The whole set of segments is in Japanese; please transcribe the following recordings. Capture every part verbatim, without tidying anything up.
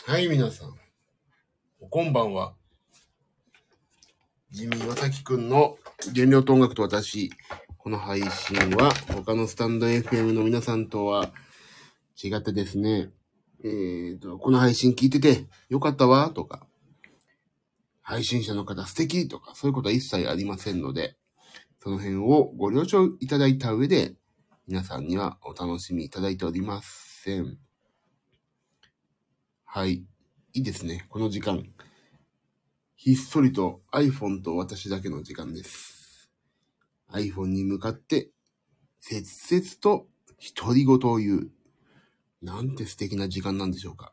はい、皆さん。こんばんは。ジミー岩崎くんの原料と音楽と私。この配信は他のスタンド エフエム の皆さんとは違ってですね。えーと、この配信聞いててよかったわとか、配信者の方素敵とか、そういうことは一切ありませんので、その辺をご了承いただいた上で、皆さんにはお楽しみいただいておりません。はい。いいですね。この時間。ひっそりと iPhone と私だけの時間です。iPhone に向かって切々と独り言を言う。なんて素敵な時間なんでしょうか。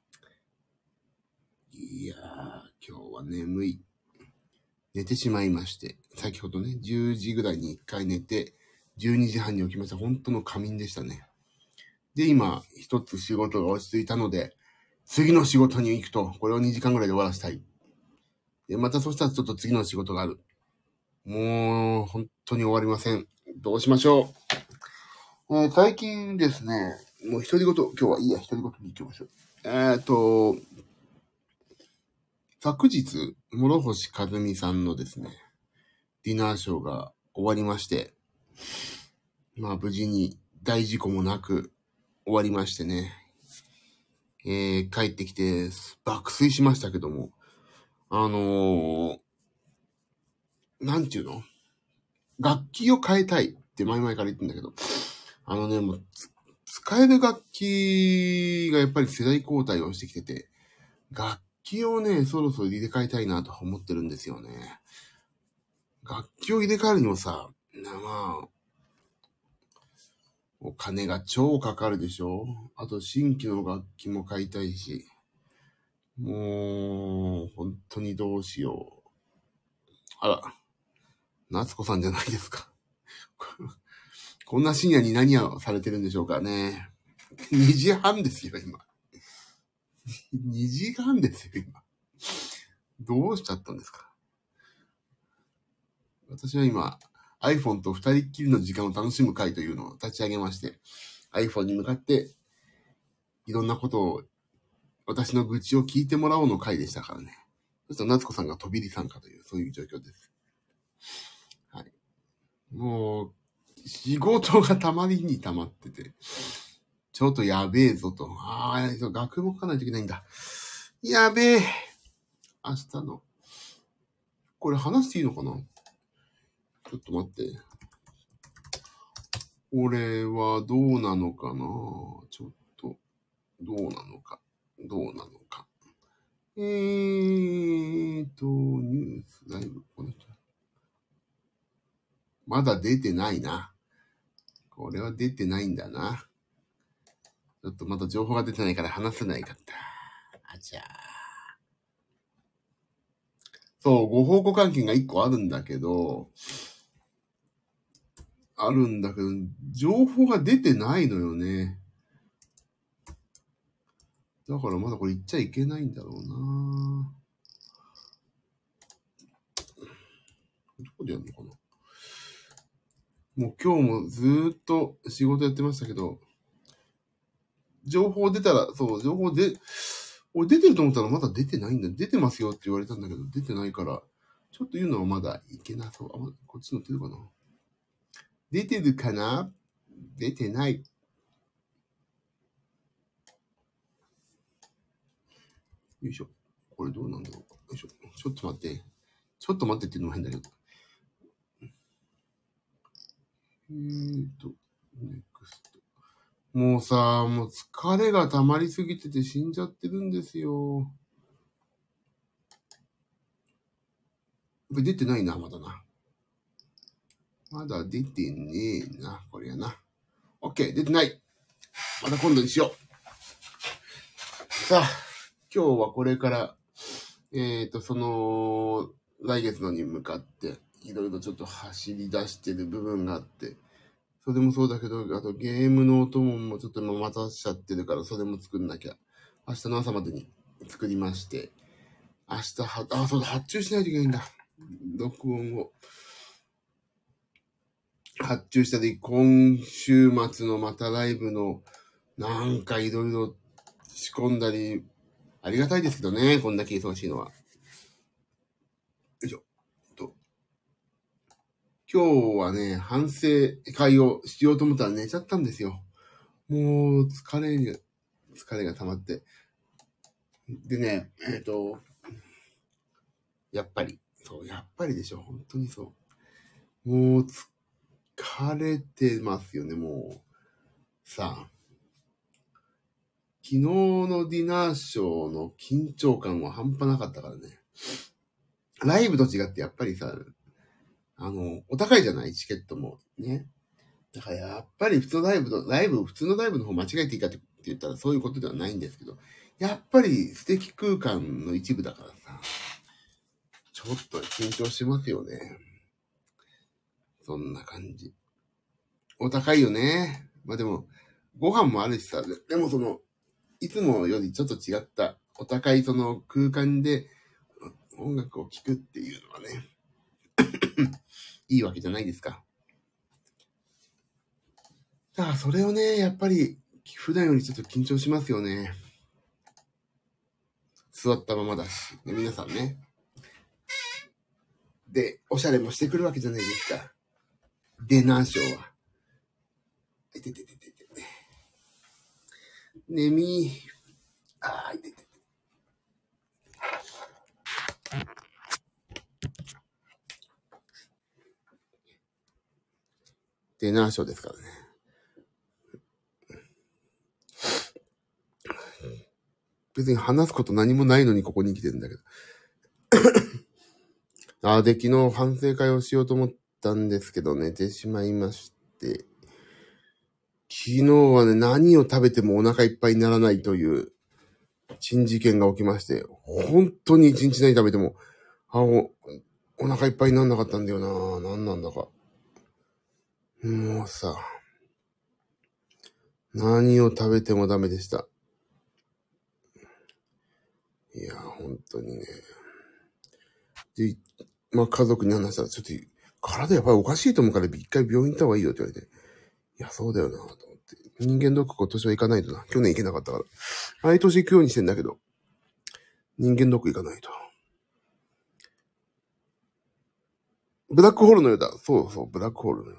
いやー、今日は眠い。寝てしまいまして、先ほどね、じゅうじぐらいにいっかい寝て、じゅうにじはんに起きました。本当の仮眠でしたね。で、今、一つ仕事が落ち着いたので、次の仕事に行くと、これをにじかんぐらいで終わらせたい。で、またそしたらちょっと次の仕事がある。もう、本当に終わりません。どうしましょう。えー最近ですね、もう独り言、今日はいいや、独り言に行きましょう。えっと、昨日、諸星和美さんのですね、ディナーショーが終わりまして、まあ無事に大事故もなく終わりましてね、えー帰ってきて爆睡しましたけども、あのー、なんていうの楽器を変えたいって前々から言ってんだけど、あのね、もうつ使える楽器がやっぱり世代交代をしてきてて、楽器をね、そろそろ入れ替えたいなと思ってるんですよね。楽器を入れ替えるにもさ、なまあ、お金が超かかるでしょ。あと新規の楽器も買いたいし、もう、本当にどうしよう。あら、夏子さんじゃないですか。こんな深夜に何をされてるんでしょうかね。にじはんですよ、今。にじはんですよ、今。どうしちゃったんですか。私は今、iPhone と二人っきりの時間を楽しむ会というのを立ち上げまして、iPhone に向かって、いろんなことを、私の愚痴を聞いてもらおうの会でしたからね。そしたら夏子さんが飛び入り参加という、そういう状況です。はい。もう、仕事がたまりにたまってて、ちょっとやべえぞと。ああ、そう楽譜も書かないといけないんだ。やべえ。明日の。これ話していいのかな？ちょっと待って。これはどうなのかな？ちょっと、どうなのか。どうなのか。えーと、ニュース、ライブ、この人。まだ出てないな。これは出てないんだな。ちょっとまだ情報が出てないから話せないかった。あちゃー。そう、ご報告案件がいっこあるんだけど、あるんだけど、情報が出てないのよね。だからまだこれ言っちゃいけないんだろうな。どこでやるのかな。もう今日もずーっと仕事やってましたけど、情報出たら、そう、情報で、俺出てると思ったらまだ出てないんだ。出てますよって言われたんだけど、出てないから、ちょっと言うのはまだいけなそう。あ、こっち乗ってるかな。出てるかな？出てない。よいしょ。これどうなんだろうか。よいしょ。ちょっと待って。ちょっと待ってっていうのも変だけど。えーと、ネクスト。もうさ、もう疲れが溜まりすぎてて死んじゃってるんですよ。これ出てないな、まだな。まだ出てねえな、これやな。OK、出てない。また今度にしよう。さあ、今日はこれから、えーと、その、来月のに向かって、いろいろちょっと走り出してる部分があって、それもそうだけど、あとゲームの音もちょっと今待たしちゃってるから、それも作んなきゃ。明日の朝までに作りまして、明日は、あ、そうだ、発注しないといけないんだ。録音を。発注したり、今週末のまたライブの、なんかいろいろ仕込んだり、 ありがたいですけどね、こんだけ忙しいのは。よいしょ。と今日はね、反省会をしようと思ったら寝ちゃったんですよ。もう疲れる、疲れが溜まって。でね、えっと、やっぱり、そう、やっぱりでしょ、本当にそう。もう疲れてますよね、もう。さあ、昨日のディナーショーの緊張感は半端なかったからね。ライブと違ってやっぱりさ、あの、お高いじゃないチケットも。ね。だからやっぱり普通のライブと、ライブ、普通のライブの方間違えていいかって言ったらそういうことではないんですけど、やっぱり素敵空間の一部だからさ、ちょっと緊張しますよね。そんな感じ。お高いよね。まあでも、ご飯もあるしさ、でもその、いつもよりちょっと違ったお高いその空間で音楽を聴くっていうのはね、いいわけじゃないですか。だからそれをね、やっぱり普段よりちょっと緊張しますよね。座ったままだし、皆さんね。で、おしゃれもしてくるわけじゃないですか。ディナーショーは。いててててて。ねみー。あー、いててて。ディナーショーですからね。別に話すこと何もないのにここに来てるんだけど。あーで、昨日反省会をしようと思ったんですけど、寝てしまいまして。昨日はね、何を食べてもお腹いっぱいにならないという珍事件が起きまして、本当に一日何食べても、あ、お、お腹いっぱいにならなかったんだよな。何なんだか。もうさ、何を食べてもダメでした。いや、本当にね。で、まあ家族に話したら、ちょっと、体やっぱりおかしいと思うから一回病院行った方がいいよって言われて。いや、そうだよな、と思って。人間ドック今年は行かないとな。去年行けなかったから。毎年行くようにしてんだけど、人間ドック行かないと。ブラックホールのようだ。そうそう、ブラックホールのよ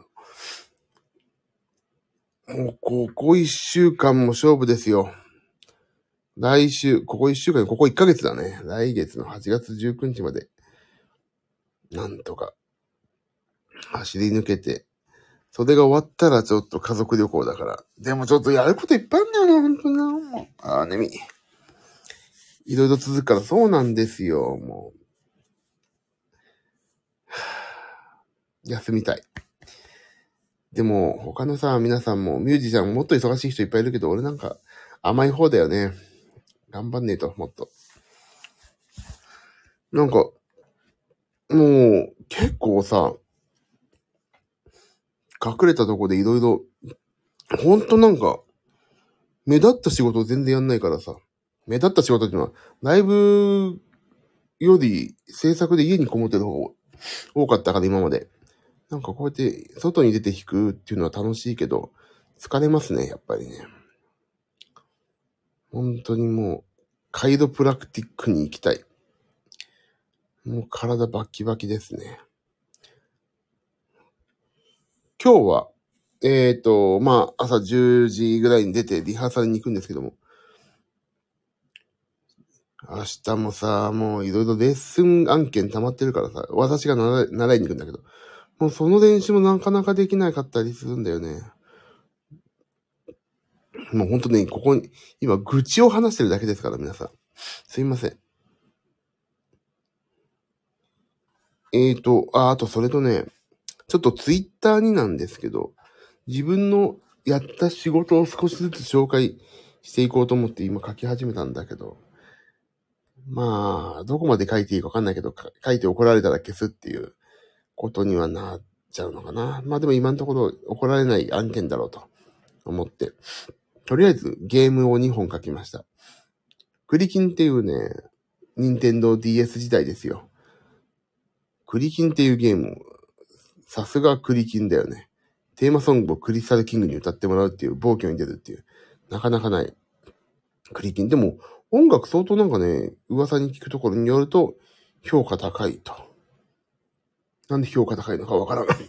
う。もう、ここ一週間も勝負ですよ。来週、ここ一週間、ここ一ヶ月だね。来月のはちがつじゅうくにちまで、なんとか、走り抜けて、それが終わったらちょっと家族旅行だから。でもちょっとやることいっぱいあるんだよな、ほんとにな。もうあー、ねみ。いろいろ続くからそうなんですよ、もう。休みたい。でも、他のさ、皆さんも、ミュージシャンもっと忙しい人いっぱいいるけど、俺なんか甘い方だよね。頑張んねえと、もっと。なんか、もう、結構さ、隠れたとこでいろいろ、ほんとなんか、目立った仕事全然やんないからさ、目立った仕事っていうのは、ライブより制作で家にこもってる方が多かったから今まで。なんかこうやって外に出て弾くっていうのは楽しいけど、疲れますね、やっぱりね。本当にもう、カイロプラクティックに行きたい。もう体バッキバキですね。今日は、えっと、まあ、朝じゅうじぐらいに出てリハーサルに行くんですけども、明日もさ、もういろいろレッスン案件溜まってるからさ、私が習い習いに行くんだけど、もうその練習もなかなかできなかったりするんだよね。もうほんとね、ここに、今愚痴を話してるだけですから、皆さん。すいません。えーと、あ、あとそれとね、ちょっとツイッターになんですけど、自分のやった仕事を少しずつ紹介していこうと思って今書き始めたんだけど、まあ、どこまで書いていいかわかんないけど、書いて怒られたら消すっていうことにはなっちゃうのかな。まあでも今のところ怒られない案件だろうと思って、とりあえずゲームをにほん書きました。クリキンっていうね、任天堂 ディーエス 時代ですよ。クリキンっていうゲーム、さすがクリキンだよね。テーマソングをクリスタルキングに歌ってもらうっていう、暴挙に出るっていう、なかなかない。クリキンでも、 音楽相当なんかね、噂に聞くところによると、評価高いと。なんで評価高いのかわからない。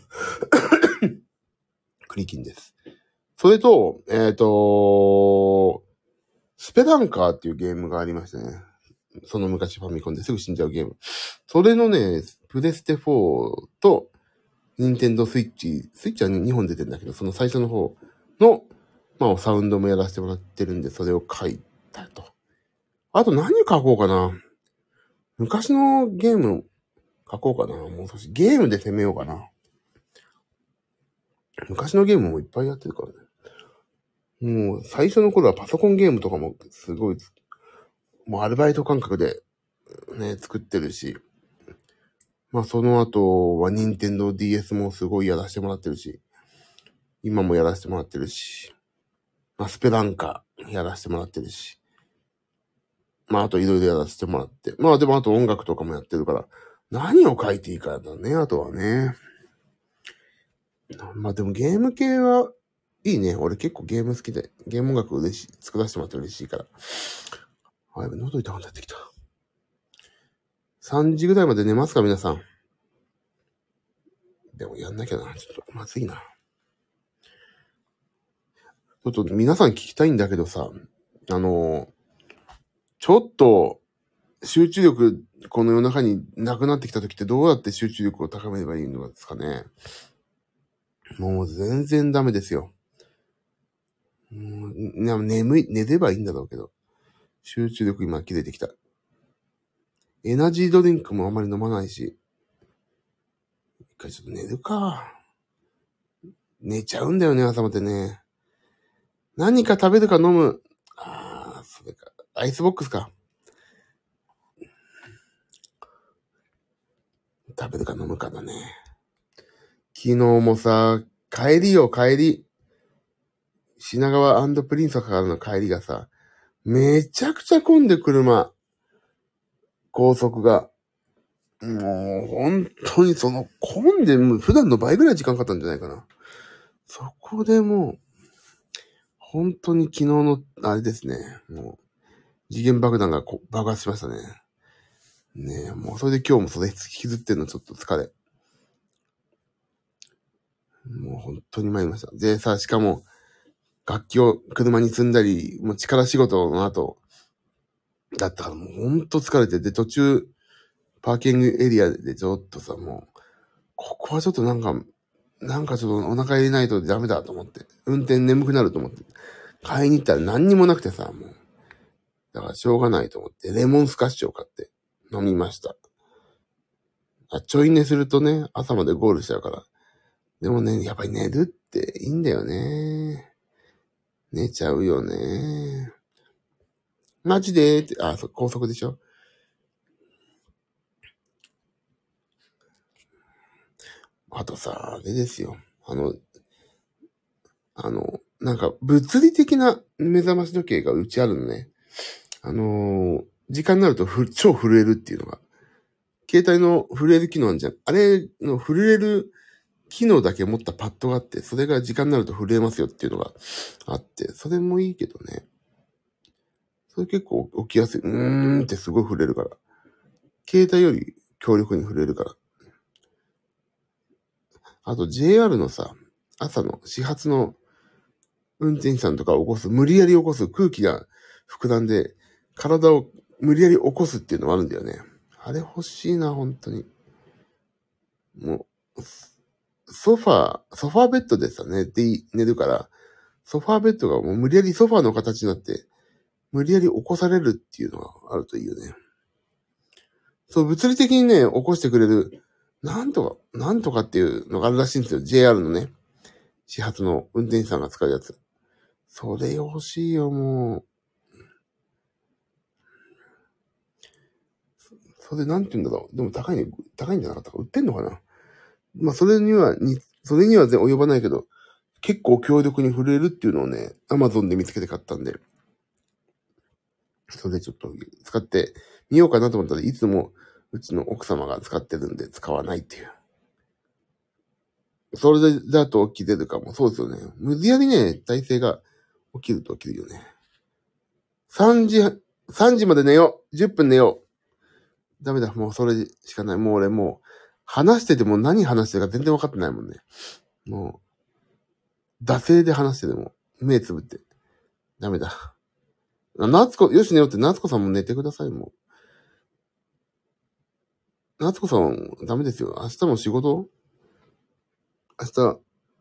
クリキンです。それと、えっと、スペランカーっていうゲームがありましたね。その昔ファミコンですぐ死んじゃうゲーム。それのね、プレステフォーと、ニンテンドースイッチ、スイッチはにほん出てんだけど、その最初の方の、まあ、サウンドもやらせてもらってるんで、それを書いたと。あと何書こうかな。昔のゲーム書こうかな。もう少しゲームで攻めようかな。昔のゲームもいっぱいやってるからね。もう最初の頃はパソコンゲームとかもすごい、もうアルバイト感覚でね、作ってるし。まあその後は任天堂 ディーエス もすごいやらせてもらってるし。今もやらせてもらってるし。まあスペランカやらせてもらってるし。まああといろいろやらせてもらって。まあでもあと音楽とかもやってるから。何を書いていいかだね、あとはね。まあでもゲーム系はいいね。俺結構ゲーム好きで。ゲーム音楽嬉しい。作らせてもらって嬉しいから。あ、やべ、喉痛くなってきた。さんじぐらいまで寝ますか、皆さん。でもやんなきゃな。ちょっとまずいな。ちょっと皆さん聞きたいんだけどさ、あの、ちょっと集中力、この夜中になくなってきた時ってどうやって集中力を高めればいいのですかね。もう全然ダメですよ。もう眠い、寝ればいいんだろうけど。集中力今切れてきた。エナジードリンクもあんまり飲まないし。一回ちょっと寝るか。寝ちゃうんだよね、朝までね。何か食べるか飲む。ああ、それか。アイスボックスか。食べるか飲むかだね。昨日もさ、帰りよ、帰り。品川&プリンスからの帰りがさ、めちゃくちゃ混んで車。高速が。もう、本当にその、混んで、普段の倍ぐらい時間かかったんじゃないかな。そこでもう、本当に昨日の、あれですね。もう、次元爆弾がこ爆発しましたね。ねえ、もうそれで今日もそれ引きずってんのちょっと疲れ。もう本当に参りました。でさ、しかも、楽器を車に積んだり、もう力仕事の後、だったからもうほんと疲れて、で、途中、パーキングエリアでちょっとさ、もう、ここはちょっとなんか、なんかちょっとお腹入れないとダメだと思って、運転眠くなると思って、買いに行ったら何にもなくてさ、もう、だからしょうがないと思って、レモンスカッシュを買って飲みました。あ、ちょい寝するとね、朝までゴールしちゃうから。でもね、やっぱり寝るっていいんだよね。寝ちゃうよね。マジでって、あ、そう、高速でしょ。あとさ、あれですよ。あの、あの、なんか物理的な目覚まし時計がうちあるのね。あのー、時間になるとふ超震えるっていうのが。携帯の震える機能あるじゃん。あれの震える機能だけ持ったパッドがあって、それが時間になると震えますよっていうのがあって、それもいいけどね。それ結構起きやすい。うーんってすごい震えるから。携帯より強力に震えるから。あと ジェイアール のさ、朝の始発の運転手さんとか起こす、無理やり起こす空気が膨らんで、体を無理やり起こすっていうのもあるんだよね。あれ欲しいな、本当に。もう、ソファー、ソファーベッドでさ、寝て、寝るから、ソファーベッドがもう無理やりソファーの形になって、無理やり起こされるっていうのがあるといいよね。そう、物理的にね、起こしてくれる、なんとか、なんとかっていうのがあるらしいんですよ。ジェイアール のね、始発の運転手さんが使うやつ。それ欲しいよ、もう。それなんて言うんだろう。でも高いね、高いんじゃなかったか。売ってんのかな。まあ、それには、に、それには及ばないけど、結構強力に震えるっていうのをね、Amazon で見つけて買ったんで、それでちょっと使ってみようかなと思ったらいつもうちの奥様が使ってるんで使わないっていう。それで、だと起きてるかも。そうですよね。無理やりね、体勢が起きると起きるよね。さんじ、 さんじまで寝よう。じゅっぷん寝よう。ダメだ。もうそれしかない。もう俺もう、話してても何話してるか全然分かってないもんね。もう、惰性で話してても、目つぶって。ダメだ。夏子、よし寝ようって夏子さんも寝てください、もう。夏子さん、ダメですよ。明日も仕事明日、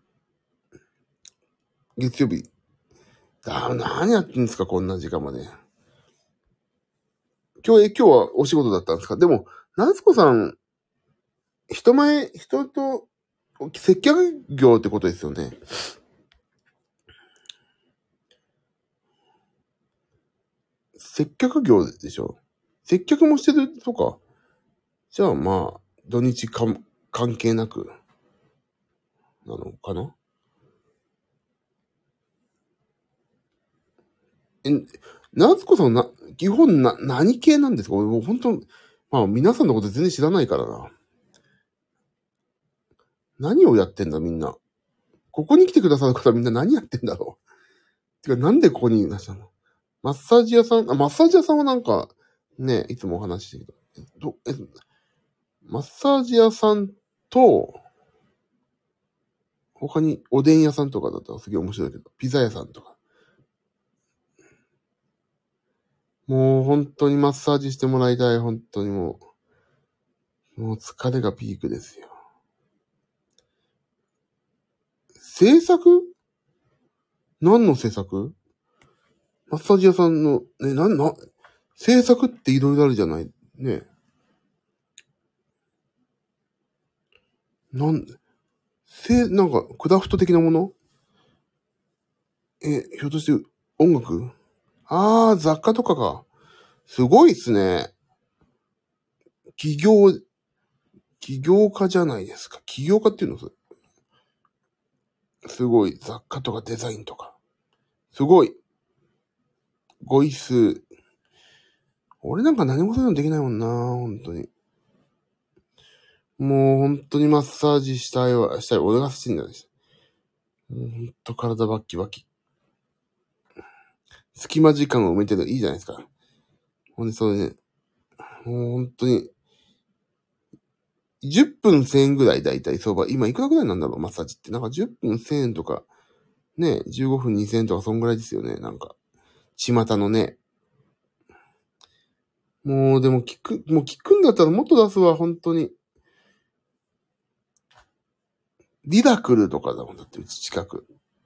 月曜日。あ、何やってんですか、こんな時間まで。今日、え、今日はお仕事だったんですか？でも、夏子さん、人前、人と、接客業ってことですよね。接客業でしょ？接客もしてるとか。じゃあまあ、土日か関係なく、なのかな？え、夏子さんな、基本な、何系なんですか？俺もう本当、まあ皆さんのこと全然知らないからな。何をやってんだみんな。ここに来てくださる方みんな何やってんだろう。てかなんでここにいらっしゃるの？マッサージ屋さん、あ、マッサージ屋さんはなんか、ね、いつもお話ししてるけど、え、ど、え、マッサージ屋さんと、他におでん屋さんとかだったらすげえ面白いけど、ピザ屋さんとか。もう本当にマッサージしてもらいたい、本当にもう。もう疲れがピークですよ。制作？何の制作？マッサージ屋さんの、ね、なん、な、制作っていろいろあるじゃないね。なん、せ、なんか、クラフト的なもの？え、ひょっとして音楽？あー、雑貨とかか。すごいっすね。起業、起業家じゃないですか。起業家っていうの？すごい。雑貨とかデザインとか。すごい。ごいっす。俺なんか何もそういうのできないもんな、本当に。もう本当にマッサージしたいわ、したい。俺が好きんだよ。もうほんと体バッキバキ。隙間時間を埋めてるいいじゃないですか。ほんで、それね、もう本当に、じゅっぷんせんえんぐらいだいたい相場。今いくらぐらいなんだろう、マッサージって。なんかじゅっぷんせんえんとか、ね、じゅうごふんにせんえんとかそんぐらいですよね、なんか。巷のね。もうでも聞く、もう聞くんだったらもっと出すわ、本当に。リダクルとかだもん、だってうち近く。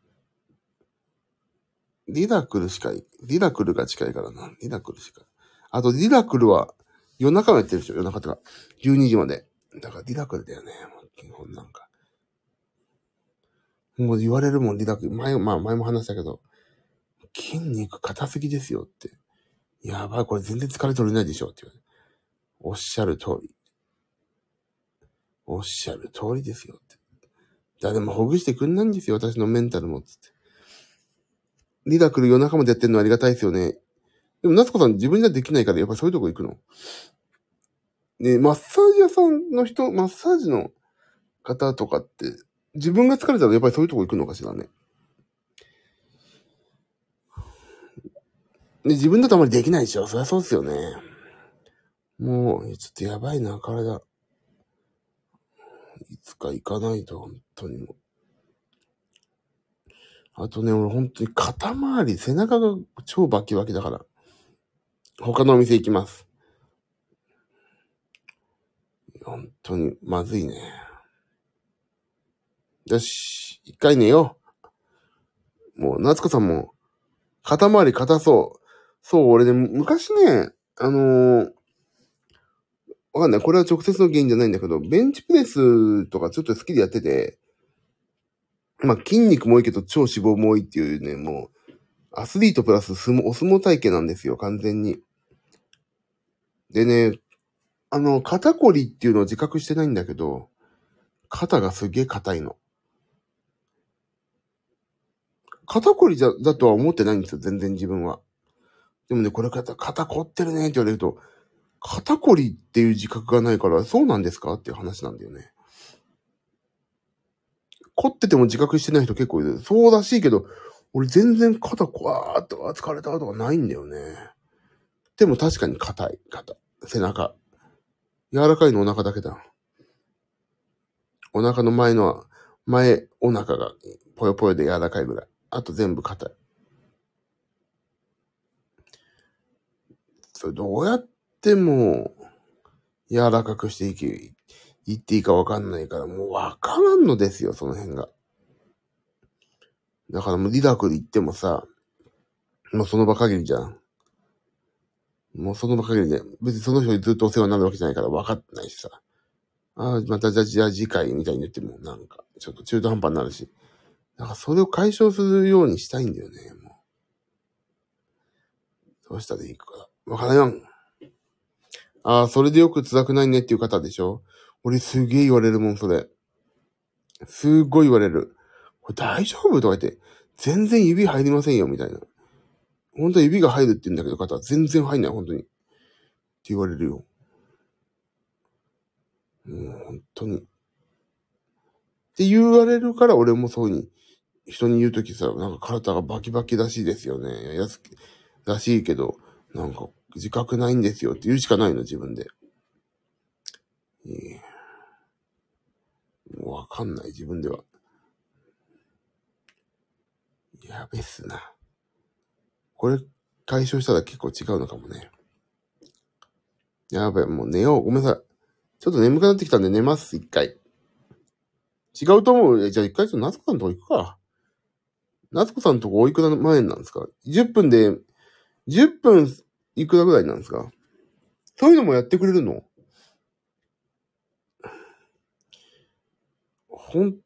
リダクルしかい、リダクルが近いからな。リダクルしか。あと、リダクルは夜中もやってるでしょ、夜中とか。じゅうにじまで。だからリダクルだよね。もう基本なんか。もう言われるもん、リダクル。前、まあ前も話したけど、筋肉硬すぎですよって。やばい、これ全然疲れ取れないでしょって言われる。おっしゃる通り。おっしゃる通りですよって。誰もほぐしてくんないんですよ、私のメンタルも。つって。リダクル夜中までやってるのありがたいですよね。でも、夏子さん自分じゃできないから、やっぱそういうとこ行くの？ね、マッサージ屋さんの人、マッサージの方とかって、自分が疲れたらやっぱりそういうとこ行くのかしらね。で、自分だとあまりできないでしょ。そりゃそうですよね。もう、ちょっとやばいな、体。いつか行かないと、本当にもう。あとね、俺本当に肩周り、背中が超バキバキだから。他のお店行きます。本当にまずいね。よし、一回寝よう。もう、夏子さんも、肩周り硬そう。そう、俺ね、昔ね、あのー、わかんない。これは直接の原因じゃないんだけど、ベンチプレスとかちょっと好きでやってて、まあ筋肉も多いけど超脂肪も多いっていうね、もう、アスリートプラス相撲、お相撲体型なんですよ、完全に。でね、あの、肩こりっていうのを自覚してないんだけど、肩がすげえ硬いの。肩こりじゃ、だとは思ってないんですよ、全然自分は。でもね、これ肩、肩凝ってるねって言われると、肩こりっていう自覚がないから、そうなんですかっていう話なんだよね。凝ってても自覚してない人結構いる。そうらしいけど、俺全然肩こわーっと疲れたとかないんだよね。 でも確かに硬い、肩、背中。柔らかいのお腹だけだ。お腹の前の、前お腹がぽよぽよで柔らかいぐらい。あと全部硬い。それどうやっても柔らかくしていき、言っていいかわかんないから、もうわからんのですよ、その辺が。だからもうリラクで言ってもさ、もうその場限りじゃん。もうその場限りで、別にその人にずっとお世話になるわけじゃないから分かってないしさ。ああ、またじゃあ、じゃあ次回みたいに言ってもなんか、ちょっと中途半端になるし。だからそれを解消するようにしたいんだよね、もう。どうしたらいいか。わからん。ああ、それでよく辛くないねっていう方でしょ？俺すげえ言われるもん、それ。すっごい言われる。これ大丈夫とか言って、全然指入りませんよ、みたいな。本当は指が入るって言うんだけど、方は全然入んない、本当に。って言われるよ。もう本当に。って言われるから俺もそうに、人に言うときさ、なんか体がバキバキらしいですよね。やす、らしいけど、なんか自覚ないんですよって言うしかないの、自分で。いいもうわかんない、自分では。やべっすな。これ解消したら結構違うのかもね。やばい、もう寝よう。ごめんなさい。ちょっと眠くなってきたんで寝ます、一回。違うと思う。じゃあ一回ちょっと夏子さんのとこ行くか。夏子さんのとこおいくら万円なんですか？ じゅっ 分で、じゅっぷんいくらぐらいなんですか？そういうのもやってくれるの？ほん、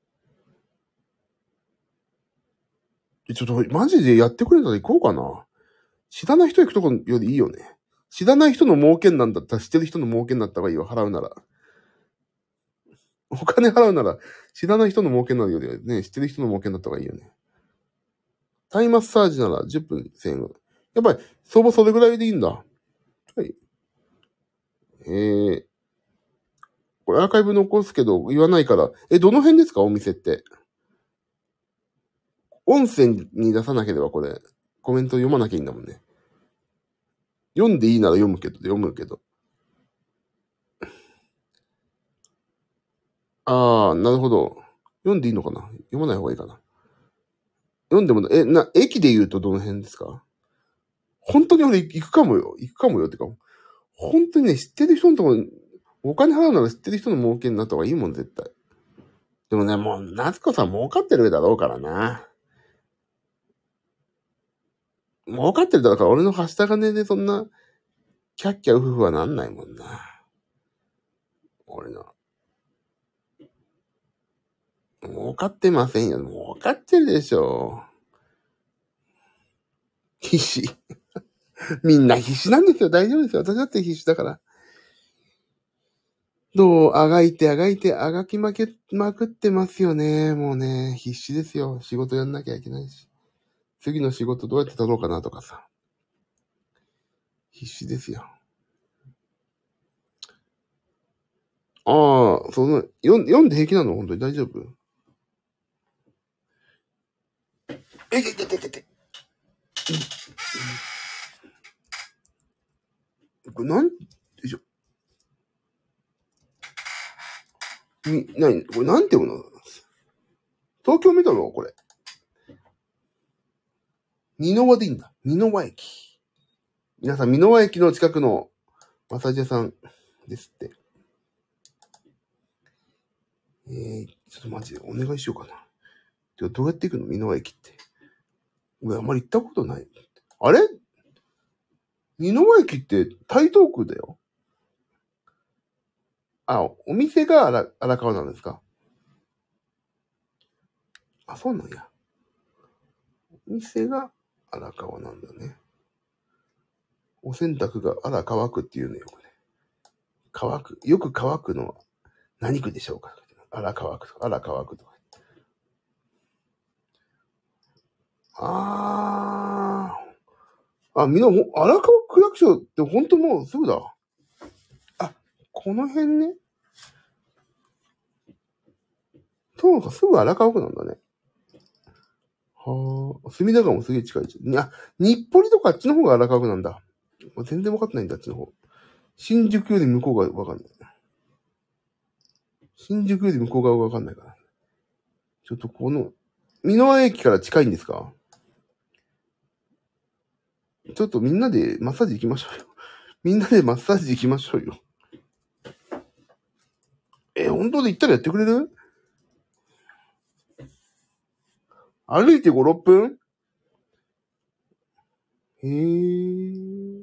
ちょっとマジでやってくれたら行こうかな。知らない人行くとこよりいいよね。知らない人の儲けんなんだったら知ってる人の儲けになった方がいいよ、払うなら。お金払うなら知らない人の儲けになるよりはね、知ってる人の儲けになった方がいいよね。タイマッサージならじゅっぷんせんえん。やっぱり相場それぐらいでいいんだ。はい。えー、これアーカイブ残すけど言わないから。え、どの辺ですかお店って。音声に出さなければこれ、コメント読まなきゃいいんだもんね。読んでいいなら読むけど、読むけど。あー、なるほど。読んでいいのかな？読まない方がいいかな。読んでも、え、な、駅で言うとどの辺ですか？本当に俺行くかもよ。行くかもよってか、本当にね、知ってる人のところ、お金払うなら知ってる人の儲けになった方がいいもん、絶対。でもね、もう、夏子さん儲かってるだろうからな。儲かってるだろうから、俺のはした金でそんな、キャッキャウフフはなんないもんな。俺の。儲かってませんよ。儲かってるでしょ。必死。みんな必死なんですよ。大丈夫ですよ。私だって必死だから。どう、あがいてあがいてあがきまけ、まくってますよね。もうね、必死ですよ。仕事やんなきゃいけないし。次の仕事どうやって取ろうかなとかさ。必死ですよ。ああ、その、読ん読んで平気なの？本当に大丈夫？え、え、え、え、え、え、これなん、よいしょ。み、なに、これなんて読むの？東京メトロこれ。美濃和でいいんだ。美濃和駅。皆さん、美濃和駅の近くのマッサージ屋さんですって。えー、ちょっとマジでお願いしようかな。でどうやって行くの？美濃和駅って。俺あんまり行ったことない。あれ？美濃和駅って台東区だよ。あ、お店が荒荒川なんですか？あ、そうなんや。お店が荒川なんだね。お洗濯が荒川区っていうのよくね。乾く。よく乾くのは何区でしょうか？荒川区とか、荒川区とか。あー。あ、みんな、荒川区役所ってほんともうすぐだ。あ、この辺ね。そうか、すぐ荒川区なんだね。はあ、隅田川もすげえ近い。いや、日暮里とかあっちの方が荒川区なんだ。 全然分かってないんだ、あっちの方。新宿より向こうが分かんない。新宿より向こう側が分かんないから。ちょっとこの、美濃和駅から近いんですか？ちょっとみんなでマッサージ行きましょうよ。みんなでマッサージ行きましょうよ。え、本当で行ったらやってくれる？歩いてご、ろっぷん？へー。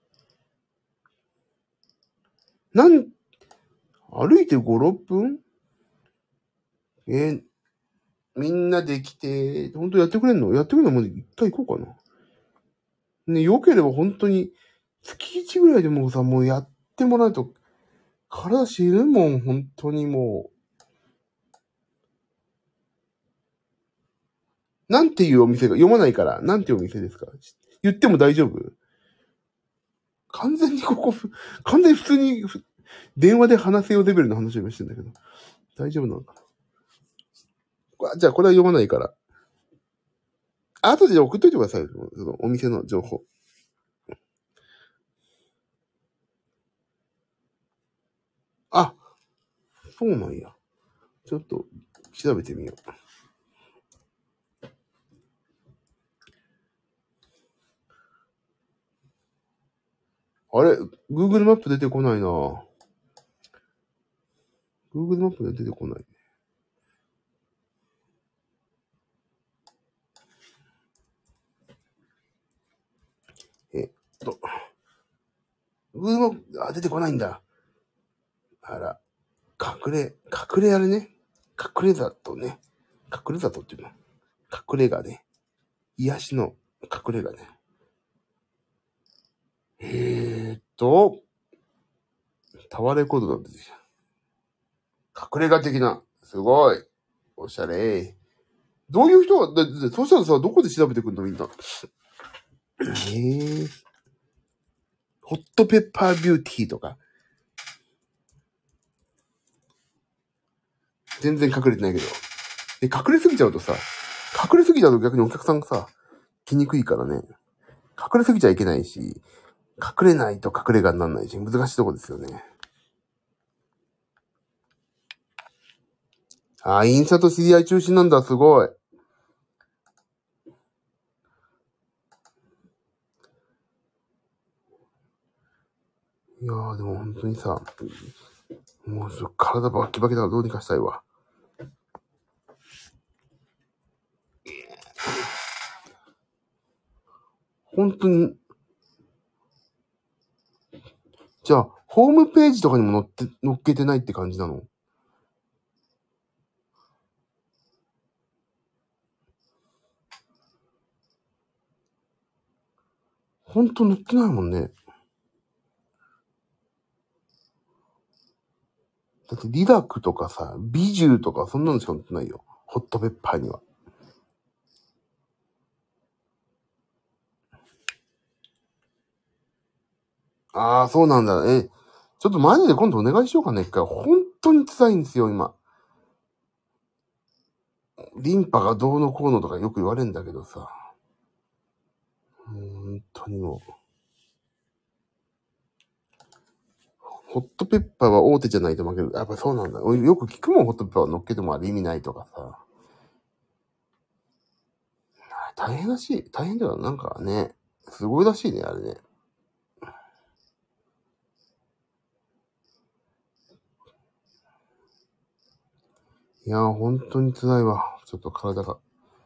なん、歩いてご、ろっぷん？えー、みんなで来て、本当やってくれんの？やってくれるのもう一回行こうかな。ね、良ければ本当に、月いちぐらいでもうさ、もうやってもらうと、体死ぬもん、本当にもう。なんていうお店が、読まないから、なんていうお店ですか？言っても大丈夫？完全にここ、完全に普通に、電話で話せようレベルの話を今してんだけど、大丈夫なのかな？じゃあこれは読まないから。後で送っといてください。そのお店の情報。あ、そうなんや。ちょっと調べてみよう。あれ ?Google マップ出てこないな。Google マップで出てこない。えっと。Google マップ、あ、出てこないんだ。あら。隠れ、隠れあれね。隠れ里ね。隠れ里っていうの。隠れ家ね。癒しの隠れ家ね。えーっと、タワーレコードなんですよ。隠れ家的な。すごい。おしゃれ。どういう人が、だだそうしたらさ、どこで調べてくんのみんな。えー、ホットペッパービューティーとか。全然隠れてないけど。で、隠れすぎちゃうとさ、隠れすぎちゃうと逆にお客さんがさ、来にくいからね。隠れすぎちゃいけないし、隠れないと隠れ家にならないし、難しいとこですよね。あー、インスタと知り合い中心なんだ、すごい。いやー、でも本当にさ、もうちょっと体バッキバキだからどうにかしたいわ。本当に。じゃあ、ホームページとかにも載って、載っけてないって感じなの？本当載ってないもんね。だってリラクとかさ、ビジューとかそんなのしか載ってないよ。ホットペッパーには。ああ、そうなんだ。え、ちょっとマジで今度お願いしようかね、一回。本当に辛いんですよ、今。リンパがどうのこうのとかよく言われるんだけどさ。本当にもう。ホットペッパーは大手じゃないと負ける。やっぱそうなんだ。俺よく聞くもん、ホットペッパー乗っけてもあれ意味ないとかさ。大変らしい。大変だよ。なんかね、すごいらしいね、あれね。いやー、本当に辛いわ。ちょっと体が。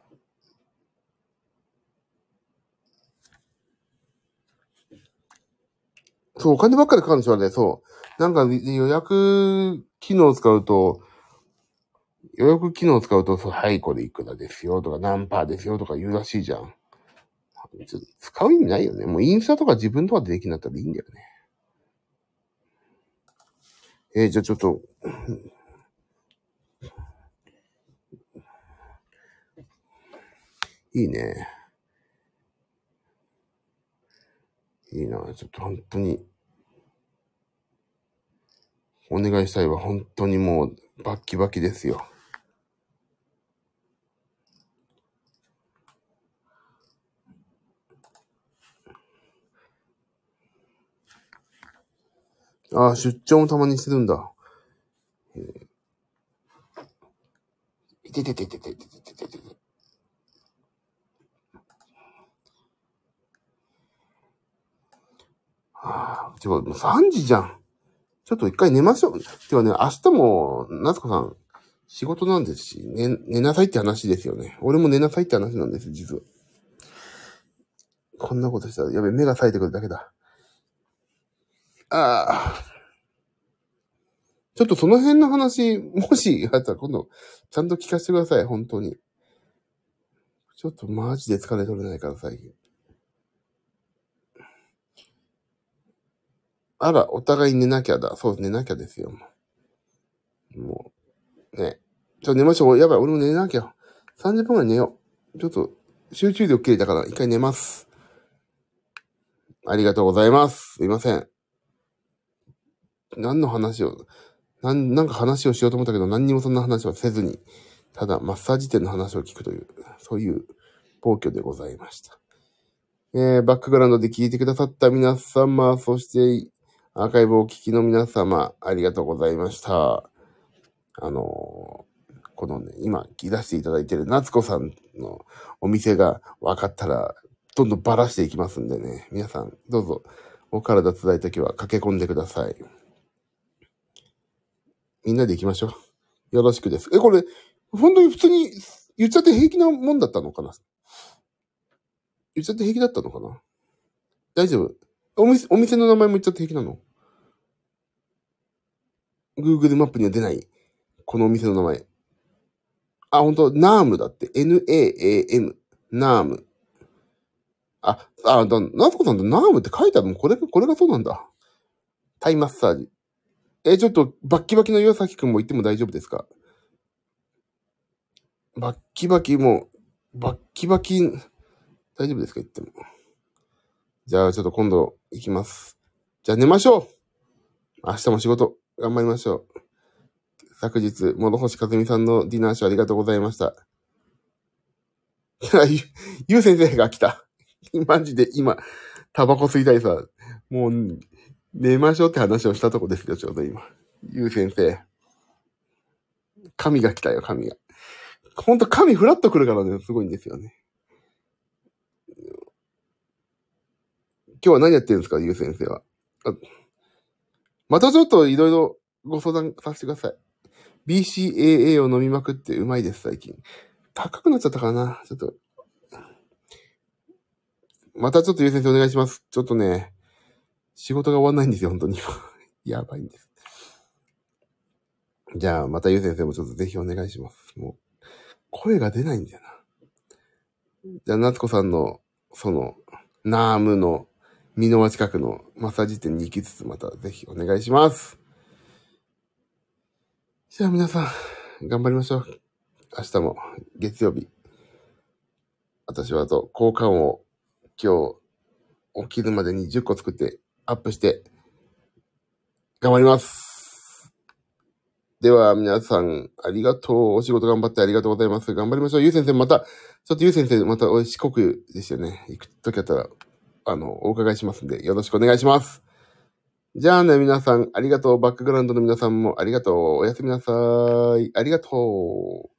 そう、お金ばっかりかかるんですよね、そう。なんか予約機能を使うと、予約機能を使うと、そう、はい、これいくらですよとか、何パーですよとか言うらしいじゃん。使う意味ないよね。もうインスタとか自分とかでできるんだったらいいんだよね。えー、じゃあちょっと、いいね。いいな。ちょっと本当に、お願いしたいわ。本当にもう、バッキバキですよ。 ああ、出張もたまにしてるんだ。えー、いててててててててててて。はあ、ちょ、もうさんじじゃん。ちょっと一回寝ましょう。てかね、明日も、夏子さん、仕事なんですし、寝、寝なさいって話ですよね。俺も寝なさいって話なんです、実は。こんなことしたら、やべ、目が冴えてくるだけだ。ああ。ちょっとその辺の話、もしあったら今度、ちゃんと聞かせてください、本当に。ちょっとマジで疲れ取れないから、最近。あら、お互い寝なきゃだ。そう、寝なきゃですよ。もう、ね。ちょっと寝ましょう。やばい、俺も寝なきゃ。さんじゅっぷんぐらい寝よう。ちょっと、集中力切れたから一回寝ます。ありがとうございます。すいません。何の話を、なん、なんか話をしようと思ったけど、何にもそんな話はせずに、ただ、マッサージ店の話を聞くという、そういう暴挙でございました。えー、バックグラウンドで聞いてくださった皆様、そして、アーカイブをお聞きの皆様、ありがとうございました。あのー、このね、今、聞き出していただいている夏子さんのお店が分かったら、どんどんばらしていきますんでね、皆さん、どうぞ、お体つらいときは駆け込んでください。みんなで行きましょう。よろしくです。え、これ、本当に普通に言っちゃって平気なもんだったのかな？言っちゃって平気だったのかな？大丈夫？お店、お店の名前も言っちゃって平気なの？ Google マップには出ない。このお店の名前。あ、本当ナームだって。エヌエーエーエム。ナーム。あ、あ、だ、ナツコさんとナームって書いてあるのこれ、これがそうなんだ。タイマッサージ。え、ちょっと、バッキバキの岩崎くんも言っても大丈夫ですか？バッキバキも、バッキバキ、大丈夫ですか言っても。じゃあ、ちょっと今度行きます。じゃあ寝ましょう。明日も仕事、頑張りましょう。昨日、諸星和美さんのディナーショーありがとうございました。ゆ、ゆう先生が来た。マジで今、タバコ吸いたいさ。もう、寝ましょうって話をしたとこですよ、ちょうど今。ゆう先生。神が来たよ、神が。ほんと神フラッと来るからね、すごいんですよね。今日は何やってるんですか、ゆう先生は。あ、またちょっといろいろご相談させてください。ビーシーエーエー を飲みまくってうまいです、最近。高くなっちゃったかな、ちょっと。またちょっとゆう先生お願いします。ちょっとね、仕事が終わんないんですよ、本当に今。やばいんです。じゃあ、またゆう先生もちょっとぜひお願いします。もう、声が出ないんだよな。じゃあ、夏子さんの、その、ナームの、美濃輪近くのマッサージ店に行きつつ、またぜひお願いします。じゃあ皆さん、頑張りましょう。明日も、月曜日。私はあと、交換を、今日、起きるまでにじゅっこ作って、アップして、頑張ります。では、皆さん、ありがとう。お仕事頑張ってありがとうございます。頑張りましょう。ゆう先生、また、ちょっとゆう先生、また、四国ですよね。行くときあったら、あの、お伺いしますんで、よろしくお願いします。じゃあね、皆さん、ありがとう。バックグラウンドの皆さんもありがとう。おやすみなさい。ありがとう。